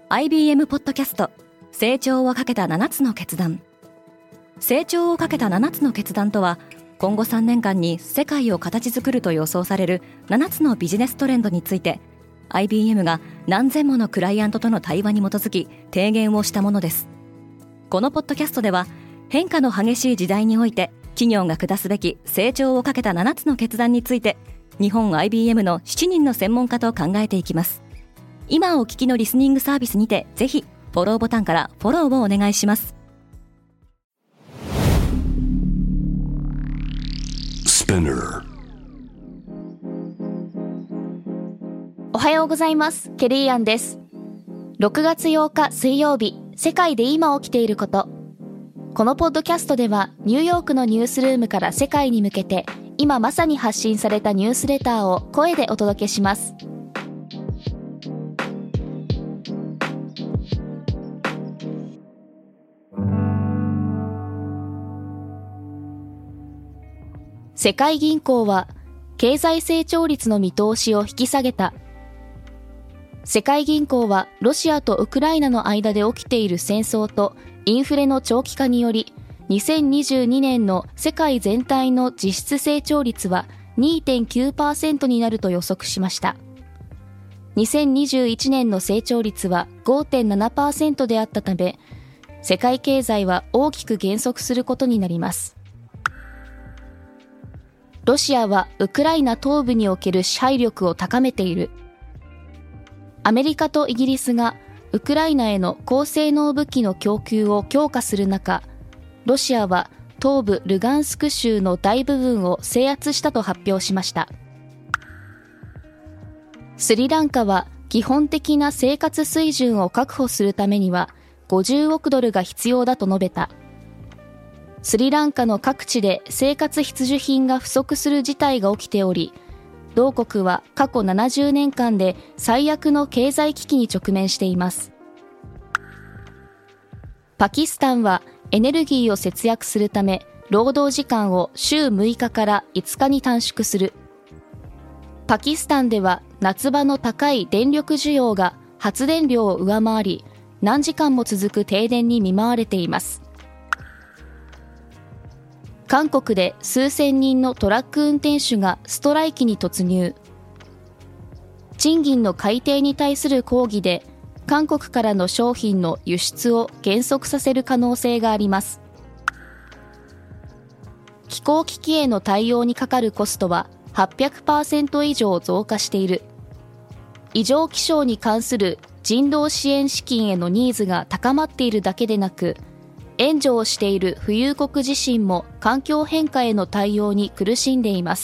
IBM ポッドキャスト成長をかけた7つの決断。成長をかけた7つの決断とは、今後3年間に世界を形作ると予想される7つのビジネストレンドについて IBM が何千ものクライアントとの対話に基づき提言をしたものです。このポッドキャストでは、変化の激しい時代において企業が下すべき成長をかけた7つの決断について、日本 IBM の7人の専門家と考えていきます。今お聞きのリスニングサービスにて、ぜひフォローボタンからフォローをお願いします。 おはようございます。ケリーアンです。6月8日水曜日、世界で今起きていること。このポッドキャストでは、ニューヨークのニュースルームから世界に向けて、今まさに発信されたニュースレターを声でお届けします。世界銀行は経済成長率の見通しを引き下げた。世界銀行はロシアとウクライナの間で起きている戦争とインフレの長期化により、2022年の世界全体の実質成長率は 2.9% になると予測しました。2021年の成長率は 5.7% であったため、世界経済は大きく減速することになります。ロシアはウクライナ東部における支配力を高めている。アメリカとイギリスがウクライナへの高性能武器の供給を強化する中、ロシアは東部ルガンスク州の大部分を制圧したと発表しました。スリランカは基本的な生活水準を確保するためには50億ドルが必要だと述べた。スリランカの各地で生活必需品が不足する事態が起きており、同国は過去70年間で最悪の経済危機に直面しています。パキスタンはエネルギーを節約するため、労働時間を週6日から5日に短縮する。パキスタンでは夏場の高い電力需要が発電量を上回り、何時間も続く停電に見舞われています。韓国で数千人のトラック運転手がストライキに突入。賃金の改定に対する抗議で、韓国からの商品の輸出を減速させる可能性があります。気候危機への対応にかかるコストは 800% 以上増加している。異常気象に関する人道支援資金へのニーズが高まっているだけでなく、援助をしている富裕国自身も環境変化への対応に苦しんでいます。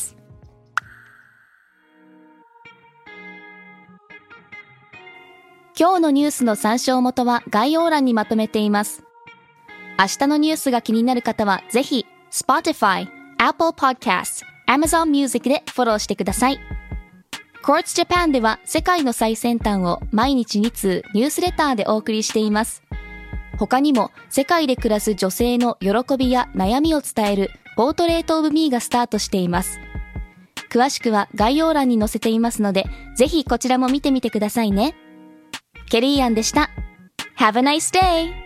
今日のニュースの参照元は概要欄にまとめています。明日のニュースが気になる方はぜひ Spotify、Apple Podcasts、Amazon Music でフォローしてください。Quartz Japan では世界の最先端を毎日2通ニュースレターでお送りしています。他にも世界で暮らす女性の喜びや悩みを伝えるポートレートオブミーがスタートしています。詳しくは概要欄に載せていますので、ぜひこちらも見てみてくださいね。ケリーアンでした。Have a nice day!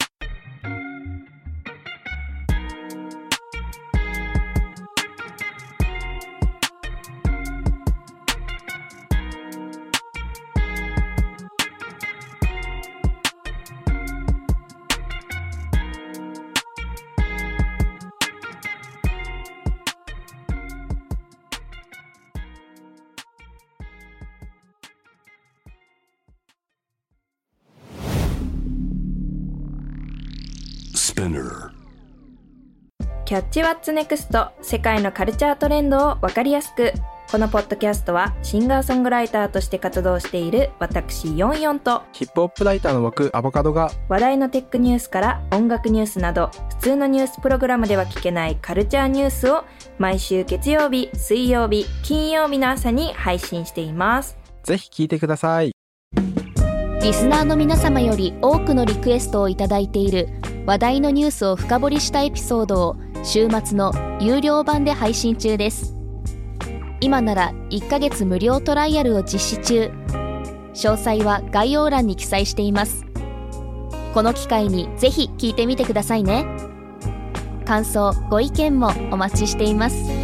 Spinner。キャッチワッツネクスト、世界のカルチャートレンドをわかりやすく。このポッドキャストはシンガーソングライターとして活動している私ヨンヨンとヒップホップライターの僕アボカドが話題のテックニュースから音楽ニュースなど普通のニュースプログラムでは聞けないカルチャーニュースを毎週月曜日、水曜日、金曜日の朝に配信しています。 ぜひ聞いてください。 リスナーの皆様より多くのリクエストをいただいている話題のニュースを深掘りしたエピソードを週末の有料版で配信中です。今なら1ヶ月無料トライアルを実施中。 詳細は概要欄に記載しています。この機会にぜひ聞いてみてくださいね。感想、ご意見もお待ちしています。